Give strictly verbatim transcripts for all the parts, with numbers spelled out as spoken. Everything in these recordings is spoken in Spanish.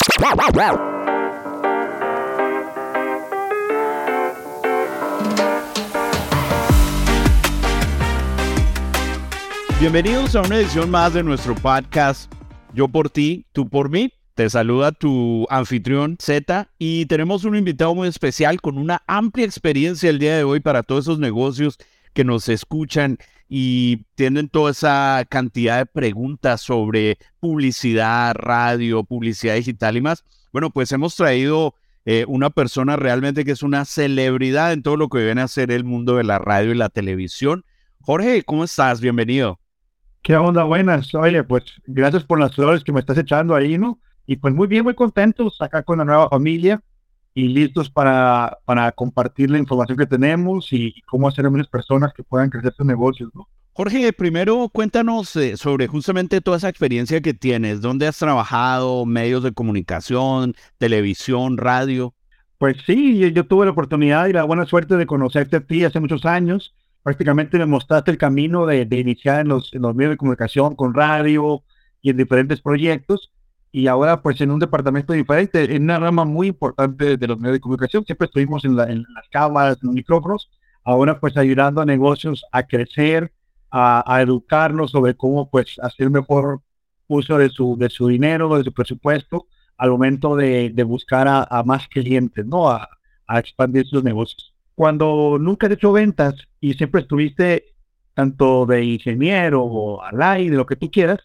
Bienvenidos a una edición más de nuestro podcast Yo por ti, tú por mí. Te saluda tu anfitrión Z y tenemos un invitado muy especial con una amplia experiencia el día de hoy para todos esos negocios que nos escuchan y tienen toda esa cantidad de preguntas sobre publicidad, radio, publicidad digital y más. Bueno, pues hemos traído eh, una persona realmente que es una celebridad en todo lo que viene a ser el mundo de la radio y la televisión. Jorge, ¿cómo estás? Bienvenido. ¿Qué onda? Buenas. Oye, pues gracias por las flores que me estás echando ahí, ¿no? Y pues muy bien, muy contentos acá con la nueva familia y listos para, para compartir la información que tenemos y, y cómo hacer a muchas personas que puedan crecer sus negocios, ¿no? Jorge, primero cuéntanos eh, sobre justamente toda esa experiencia que tienes. ¿Dónde has trabajado? ¿Medios de comunicación, televisión, radio? Pues sí, yo, yo tuve la oportunidad y la buena suerte de conocerte a ti hace muchos años. Prácticamente me mostraste el camino de, de iniciar en los, en los medios de comunicación, con radio y en diferentes proyectos. Y ahora pues en un departamento diferente, en una rama muy importante de los medios de comunicación. Siempre estuvimos en, la, en las cámaras, en los micrófonos. Ahora pues ayudando a negocios a crecer, a, a educarnos sobre cómo pues hacer mejor uso de su, de su dinero, de su presupuesto, al momento de, de buscar a, a más clientes, ¿no? A, a expandir sus negocios. Cuando nunca has hecho ventas y siempre estuviste tanto de ingeniero o al aire, lo que tú quieras,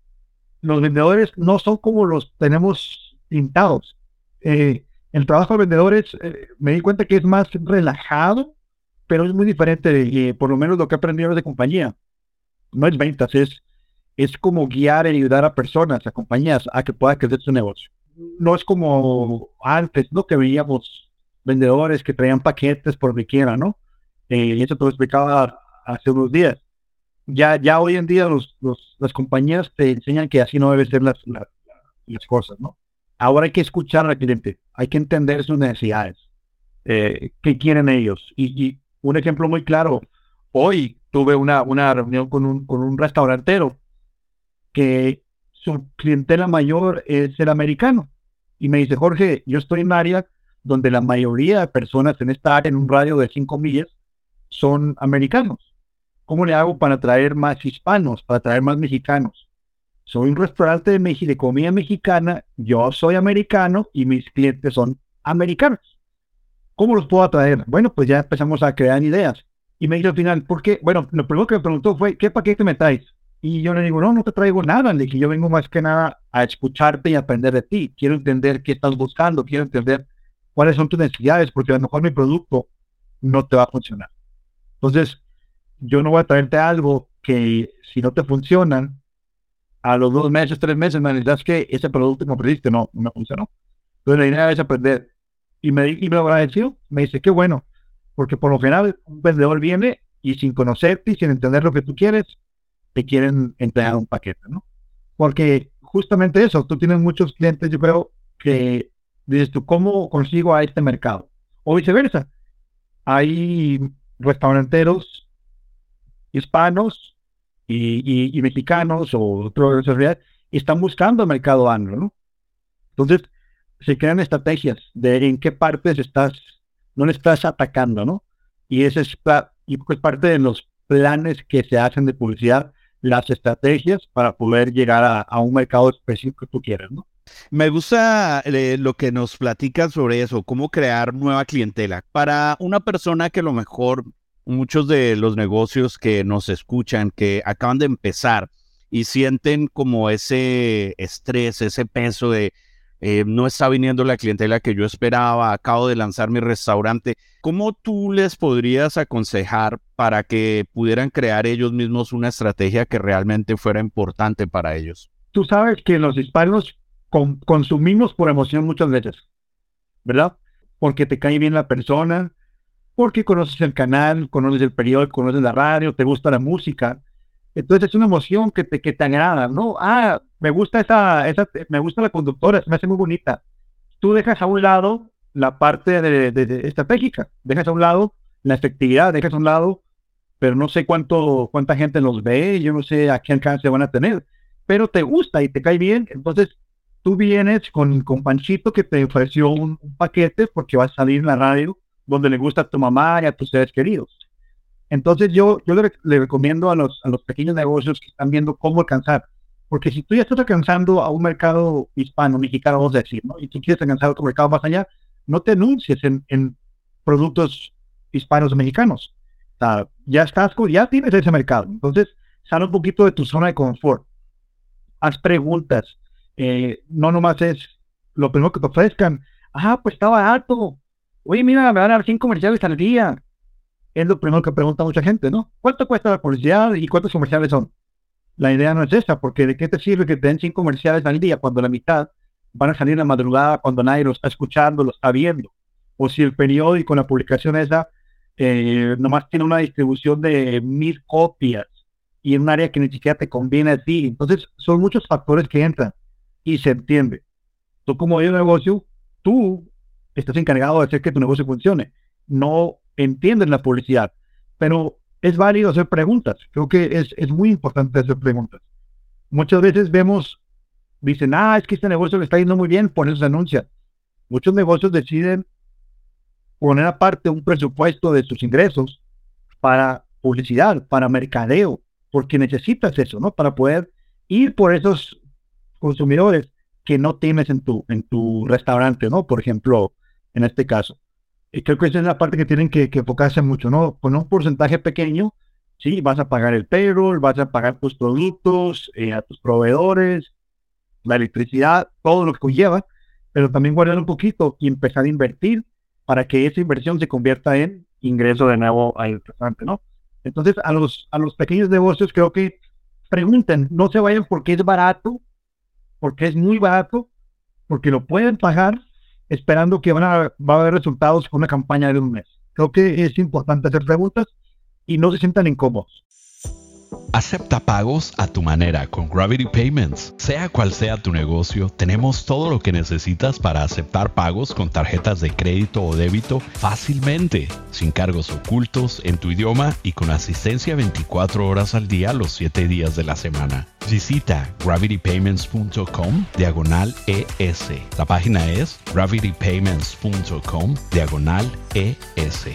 los vendedores no son como los tenemos pintados. Eh, el trabajo de vendedores eh, me di cuenta que es más relajado, pero es muy diferente de, eh, por lo menos lo que he aprendido de compañía. No es ventas, es, es como guiar y ayudar a personas, a compañías, a que puedan crecer su negocio. No es como antes, ¿no? Que veíamos vendedores que traían paquetes por donde quiera, ¿no? Eh, y eso te lo explicaba hace unos días. Ya, ya hoy en día los, los, las compañías te enseñan que así no deben ser las, las, las cosas, ¿no? Ahora hay que escuchar al cliente, hay que entender sus necesidades, eh, qué quieren ellos. Y, y un ejemplo muy claro, hoy tuve una, una reunión con un, con un restaurantero que su clientela mayor es el americano. Y me dice, Jorge, yo estoy en un área donde la mayoría de personas en esta área, en un radio de cinco millas, son americanos. ¿Cómo le hago para atraer más hispanos, para atraer más mexicanos? Soy un restaurante de, Mex- de comida mexicana, yo soy americano y mis clientes son americanos. ¿Cómo los puedo atraer? Bueno, pues ya empezamos a crear ideas. Y me dice al final, ¿por qué? Bueno, lo primero que me preguntó fue, ¿qué paquete me traes? Y yo le digo, no, no te traigo nada, le dije, yo vengo más que nada a escucharte y aprender de ti. Quiero entender qué estás buscando, quiero entender cuáles son tus necesidades, porque a lo mejor mi producto no te va a funcionar. Entonces, yo no voy a traerte algo que si no te funcionan, a los dos meses, tres meses, me necesitas que ese producto que me pediste no, no me funcionó. Entonces la idea es aprender. Y me, y me lo agradeció, me dice, qué bueno, porque por lo general un vendedor viene y sin conocerte y sin entender lo que tú quieres, te quieren entregar un paquete, ¿no? Porque justamente eso, tú tienes muchos clientes, yo creo, que dices tú, ¿cómo consigo a este mercado? O viceversa. Hay restauranteros hispanos y, y, y mexicanos o otras realidades están buscando el mercado anglo, ¿no? Entonces se crean estrategias de en qué partes estás, no le estás atacando, ¿no? Y ese es, y pues parte de los planes que se hacen de publicidad, las estrategias para poder llegar a, a un mercado específico que tú quieras, ¿no? Me gusta eh, lo que nos platicas sobre eso, cómo crear nueva clientela. Para una persona que a lo mejor muchos de los negocios que nos escuchan, que acaban de empezar y sienten como ese estrés, ese peso de eh, no está viniendo la clientela que yo esperaba, acabo de lanzar mi restaurante, ¿cómo tú les podrías aconsejar para que pudieran crear ellos mismos una estrategia que realmente fuera importante para ellos? Tú sabes que los hispanos con, consumimos por emoción muchas veces, ¿verdad? Porque te cae bien la persona, porque conoces el canal, conoces el periódico, conoces la radio, te gusta la música. Entonces es una emoción que te, que te agrada, ¿no? Ah, me gusta esa, esa, me gusta la conductora, se me hace muy bonita. Tú dejas a un lado la parte de, de, de estratégica, dejas a un lado la efectividad, dejas a un lado, pero no sé cuánto, cuánta gente los ve, yo no sé a qué alcance van a tener, pero te gusta y te cae bien, entonces tú vienes con, con Panchito que te ofreció un, un paquete porque va a salir en la radio donde le gusta a tu mamá y a tus seres queridos. Entonces yo, yo le, le recomiendo a los, a los pequeños negocios que están viendo cómo alcanzar, porque si tú ya estás alcanzando a un mercado hispano, mexicano, vamos a decir, ¿no? Y tú quieres alcanzar otro mercado más allá, no te anuncies en, en productos hispanos o mexicanos. O sea, ya estás, ya tienes ese mercado. Entonces, sal un poquito de tu zona de confort. Haz preguntas. Eh, no nomás es lo primero que te ofrezcan. Ah, pues está barato. Oye, mira, me van a dar cien comerciales al día. Es lo primero que pregunta mucha gente, ¿no? ¿Cuánto cuesta la publicidad y cuántos comerciales son? La idea no es esa, porque ¿de qué te sirve que te den cien comerciales al día cuando la mitad van a salir en la madrugada cuando nadie lo está escuchando, lo está viendo? O si el periódico, la publicación esa, eh, nomás tiene una distribución de mil copias y en un área que ni siquiera te conviene a ti. Entonces, son muchos factores que entran y se entiende. Tú como dueño de negocio, tú estás encargado de hacer que tu negocio funcione. No entiendes la publicidad, pero es válido hacer preguntas. Creo que es, es muy importante hacer preguntas. Muchas veces vemos, dicen, ah, es que este negocio le está yendo muy bien, por eso se anuncia. Muchos negocios deciden poner aparte un presupuesto de sus ingresos para publicidad, para mercadeo, porque necesitas eso, ¿no? Para poder ir por esos consumidores que no tienes en tu, en tu restaurante, ¿no? Por ejemplo, en este caso. Y creo que esa es la parte que tienen que, que enfocarse mucho, ¿no? Con un porcentaje pequeño, sí, vas a pagar el payroll, vas a pagar tus productos, eh, a tus proveedores, la electricidad, todo lo que conlleva, pero también guardar un poquito y empezar a invertir para que esa inversión se convierta en ingreso de nuevo al restaurante, ¿no? Entonces, a los, a los pequeños negocios creo que pregunten, no se vayan porque es barato, porque es muy barato, porque lo pueden pagar esperando que van a, va a haber resultados con una campaña de un mes. Creo que es importante hacer preguntas y no se sientan incómodos. Acepta pagos a tu manera con Gravity Payments. Sea cual sea tu negocio, tenemos todo lo que necesitas para aceptar pagos con tarjetas de crédito o débito fácilmente, sin cargos ocultos, en tu idioma y con asistencia veinticuatro horas al día los siete días de la semana. Visita gravitypayments.com diagonal ES. La página es gravitypayments.com diagonal ES.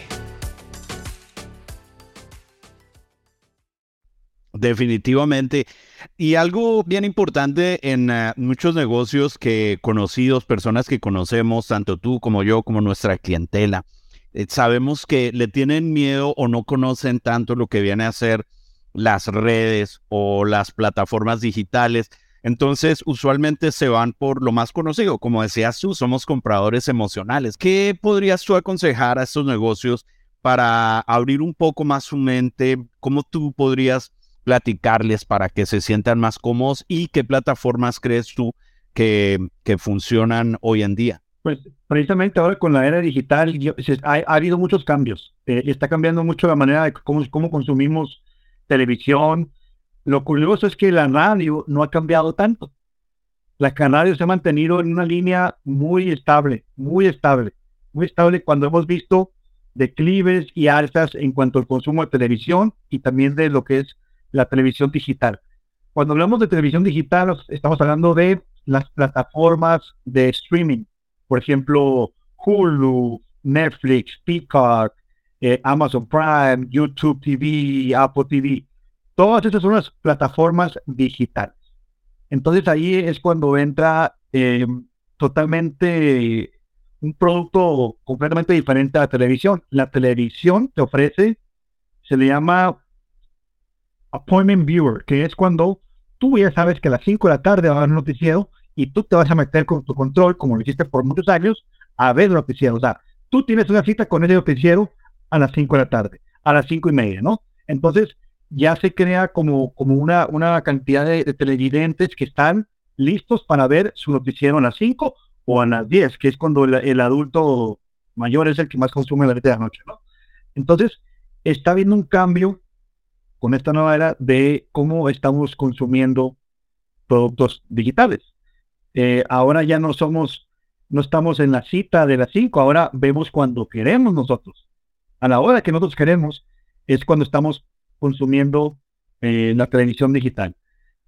Definitivamente. Y algo bien importante en uh, muchos negocios que conocidos, personas que conocemos, tanto tú como yo, como nuestra clientela, eh, sabemos que le tienen miedo o no conocen tanto lo que viene a ser las redes o las plataformas digitales. Entonces, usualmente se van por lo más conocido. Como decías tú, somos compradores emocionales. ¿Qué podrías tú aconsejar a estos negocios para abrir un poco más su mente? ¿Cómo tú podrías platicarles para que se sientan más cómodos y qué plataformas crees tú que, que funcionan hoy en día? Pues precisamente ahora con la era digital yo, se, ha, ha habido muchos cambios. Eh, está cambiando mucho la manera de cómo, cómo consumimos televisión. Lo curioso es que la radio no ha cambiado tanto. La radio se ha mantenido en una línea muy estable, muy estable, muy estable cuando hemos visto declives y alzas en cuanto al consumo de televisión y también de lo que es la televisión digital. Cuando hablamos de televisión digital, estamos hablando de las plataformas de streaming. Por ejemplo, Hulu, Netflix, Peacock, eh, Amazon Prime, YouTube T V, Apple T V. Todas estas son las plataformas digitales. Entonces ahí es cuando entra eh, totalmente un producto completamente diferente a la televisión. La televisión te ofrece, se le llama Appointment Viewer, que es cuando tú ya sabes que a las cinco de la tarde va a haber un noticiero y tú te vas a meter con tu control, como lo hiciste por muchos años, a ver el noticiero. O sea, tú tienes una cita con ese noticiero a las cinco de la tarde, a las cinco y media, ¿no? Entonces, ya se crea como, como una, una cantidad de, de televidentes que están listos para ver su noticiero a las cinco o a las diez, que es cuando el, el adulto mayor es el que más consume la de la noche, ¿no? Entonces, está habiendo un cambio con esta nueva era de cómo estamos consumiendo productos digitales. Eh, ahora ya no somos, no estamos en la cita de las cinco, ahora vemos cuando queremos nosotros. A la hora que nosotros queremos es cuando estamos consumiendo eh, la televisión digital.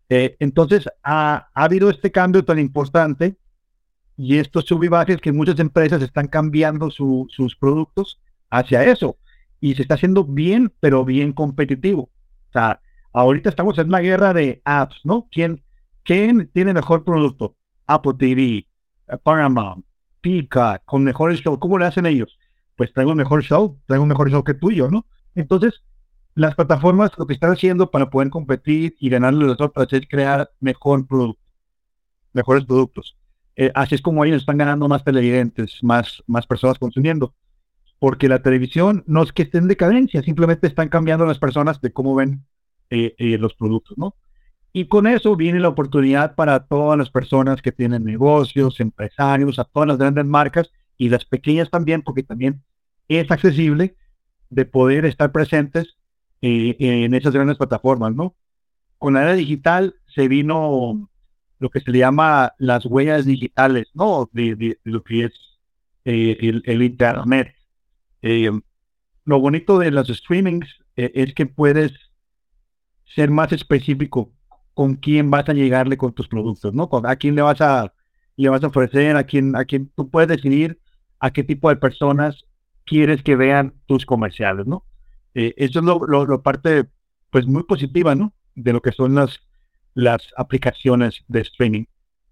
Eh, entonces, ha, ha habido este cambio tan importante y estos sub y bajes que muchas empresas están cambiando su, sus productos hacia eso. Y se está haciendo bien, pero bien competitivo. O sea, ahorita estamos en una guerra de apps, ¿no? ¿Quién, quién tiene mejor producto? Apple T V, Paramount, Peacock, con mejores shows. ¿Cómo le hacen ellos? Pues traigo un mejor show, traigo un mejor show que tuyo, ¿no? Entonces, las plataformas lo que están haciendo para poder competir y ganarle los otros es crear mejor producto, mejores productos. Eh, así es como ellos están ganando más televidentes, más, más personas consumiendo. Porque la televisión no es que esté en decadencia, simplemente están cambiando las personas de cómo ven eh, eh, los productos, ¿no? Y con eso viene la oportunidad para todas las personas que tienen negocios, empresarios, a todas las grandes marcas y las pequeñas también, porque también es accesible de poder estar presentes eh, en esas grandes plataformas, ¿no? Con la era digital se vino lo que se le llama las huellas digitales, ¿no? De, de, de lo que es eh, el, el Internet. Eh, lo bonito de los streamings eh, es que puedes ser más específico con quién vas a llegarle con tus productos, ¿no? Con a quién le vas a, le vas a ofrecer, a quién, a quién tú puedes decidir a qué tipo de personas quieres que vean tus comerciales, ¿no? Eh, eso es lo, lo, lo parte, pues, muy positiva, ¿no? De lo que son las, las aplicaciones de streaming.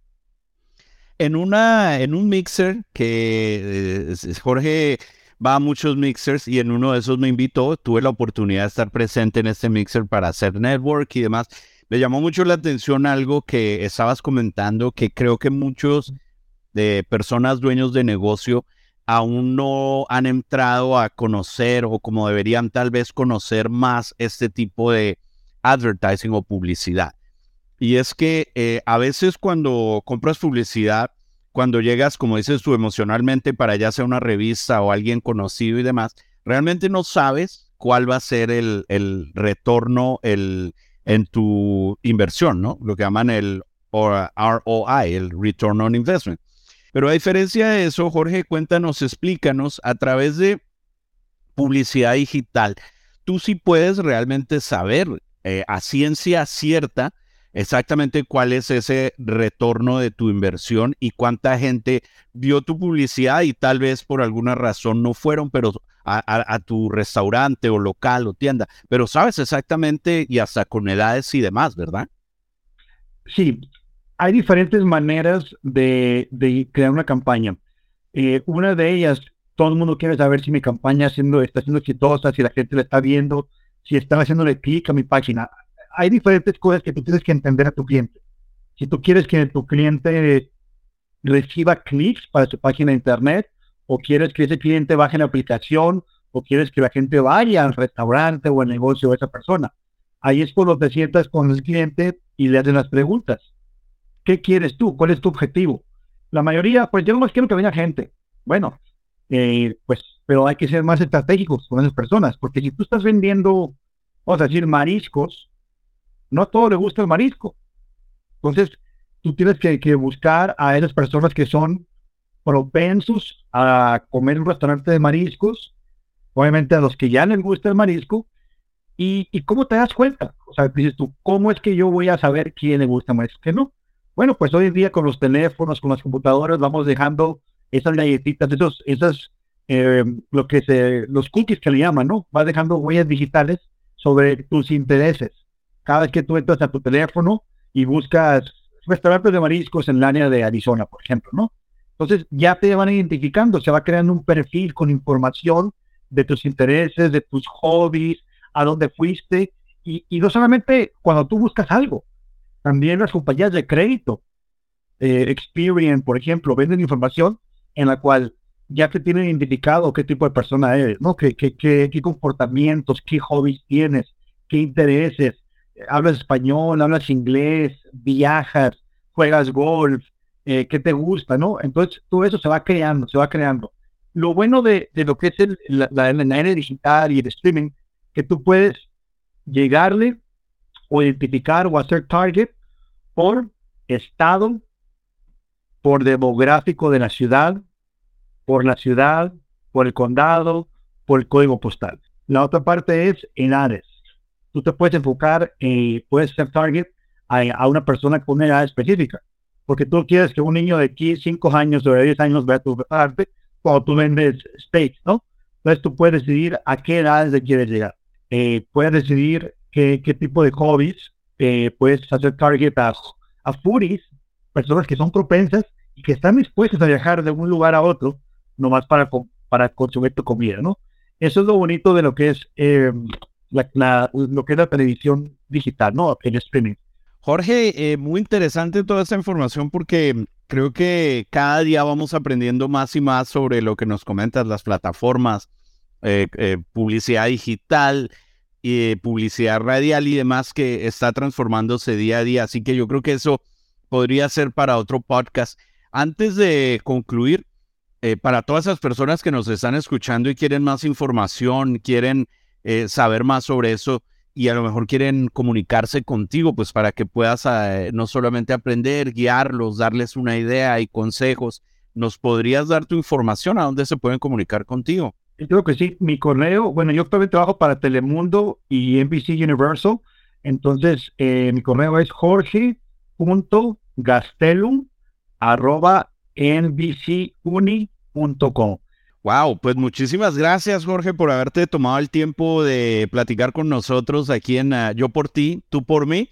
En una, en un mixer que eh, Jorge va a muchos mixers y en uno de esos me invitó, tuve la oportunidad de estar presente en este mixer para hacer network y demás. Me llamó mucho la atención algo que estabas comentando, que creo que muchos de personas dueños de negocio aún no han entrado a conocer o como deberían tal vez conocer más este tipo de advertising o publicidad. Y es que eh, a veces cuando compras publicidad, cuando llegas, como dices tú, emocionalmente para ya sea una revista o alguien conocido y demás, realmente no sabes cuál va a ser el, el retorno el, en tu inversión, ¿no? Lo que llaman el R O I, el Return on Investment. Pero a diferencia de eso, Jorge, cuéntanos, explícanos, a través de publicidad digital, tú sí puedes realmente saber eh, a ciencia cierta exactamente cuál es ese retorno de tu inversión y cuánta gente vio tu publicidad y tal vez por alguna razón no fueron, pero a, a, a tu restaurante o local o tienda, pero sabes exactamente y hasta con edades y demás, ¿verdad? Sí, hay diferentes maneras de, de crear una campaña. Eh, una de ellas, todo el mundo quiere saber si mi campaña haciendo, está siendo exitosa, si la gente la está viendo, si están haciéndole clic a mi página. Hay diferentes cosas que tú tienes que entender a tu cliente. Si tú quieres que tu cliente reciba clics para su página de internet, o quieres que ese cliente baje la aplicación, o quieres que la gente vaya al restaurante o al negocio de esa persona. Ahí es cuando te sientas con el cliente y le hacen las preguntas. ¿Qué quieres tú? ¿Cuál es tu objetivo? La mayoría, pues yo no quiero que venga gente. Bueno, eh, pues, pero hay que ser más estratégicos con esas personas, porque si tú estás vendiendo, vamos a decir, mariscos, no a todos les gusta el marisco. Entonces, tú tienes que, que buscar a esas personas que son propensos a comer en un restaurante de mariscos, obviamente a los que ya les gusta el marisco, y, y cómo te das cuenta. O sea, dices tú, ¿cómo es que yo voy a saber quién le gusta más que no? Bueno, pues hoy en día con los teléfonos, con las computadoras, vamos dejando esas galletitas, esos, esas, eh, lo que se, los cookies que le llaman, ¿no? Vas dejando huellas digitales sobre tus intereses. Cada vez que tú entras a tu teléfono y buscas restaurantes de mariscos en el área de Arizona, por ejemplo, ¿no? Entonces ya te van identificando, se va creando un perfil con información de tus intereses, de tus hobbies, a dónde fuiste, y, y no solamente cuando tú buscas algo, también las compañías de crédito, eh, Experian, por ejemplo, venden información en la cual ya te tienen identificado qué tipo de persona eres, ¿no? ¿Qué, qué, qué, qué comportamientos, qué hobbies tienes, qué intereses? ¿Hablas español, hablas inglés, viajas, juegas golf, eh, qué te gusta, ¿no? Entonces todo eso se va creando, se va creando. Lo bueno de, de lo que es el, la, la, la era digital y el streaming, que tú puedes llegarle o identificar o hacer target por estado, por demográfico de la ciudad, por la ciudad, por el condado, por el código postal. La otra parte es en áreas. Tú te puedes enfocar, eh, puedes ser target a, a una persona con una edad específica. Porque tú quieres que un niño de aquí, cinco años o de diez años vea tu arte cuando tú vendes steaks, ¿no? Entonces tú puedes decidir a qué edades le quieres llegar. Eh, puedes decidir qué, qué tipo de hobbies, eh, puedes hacer target a, a foodies, personas que son propensas y que están dispuestas a viajar de un lugar a otro, nomás para, para consumir tu comida, ¿no? Eso es lo bonito de lo que es, eh, la, la, lo que es la televisión digital, ¿no? El streaming. Jorge, eh, muy interesante toda esta información porque creo que cada día vamos aprendiendo más y más sobre lo que nos comentas, las plataformas, eh, eh, publicidad digital, eh, publicidad radial y demás que está transformándose día a día. Así que yo creo que eso podría ser para otro podcast. Antes de concluir, eh, para todas esas personas que nos están escuchando y quieren más información, quieren eh, saber más sobre eso, y a lo mejor quieren comunicarse contigo, pues para que puedas eh, no solamente aprender, guiarlos, darles una idea y consejos. ¿Nos podrías dar tu información a dónde se pueden comunicar contigo? Yo creo que sí, mi correo, bueno, yo también trabajo para Telemundo y N B C Universal, entonces eh, mi correo es jorge punto gastelum arroba n b c uni punto com. Wow, pues muchísimas gracias, Jorge, por haberte tomado el tiempo de platicar con nosotros aquí en uh, Yo por Ti, Tú por Mí.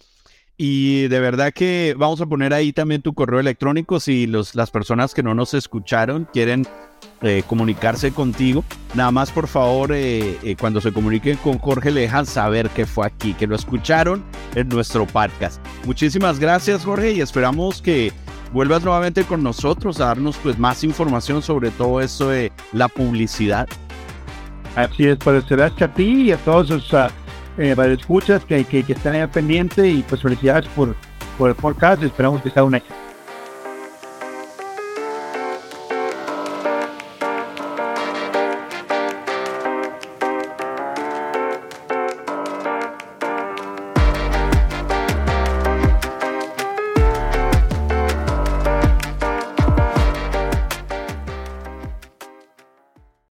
Y de verdad que vamos a poner ahí también tu correo electrónico si los, las personas que no nos escucharon quieren eh, comunicarse contigo. Nada más, por favor, eh, eh, cuando se comuniquen con Jorge, le dejan saber que fue aquí, que lo escucharon en nuestro podcast. Muchísimas gracias, Jorge, y esperamos que vuelvas nuevamente con nosotros a darnos pues más información sobre todo eso de la publicidad. Así es, pues gracias a ti y a todos los uh, eh, escuchas que, que, que están ahí al pendiente y pues felicidades por, por el podcast, esperamos que sea un éxito.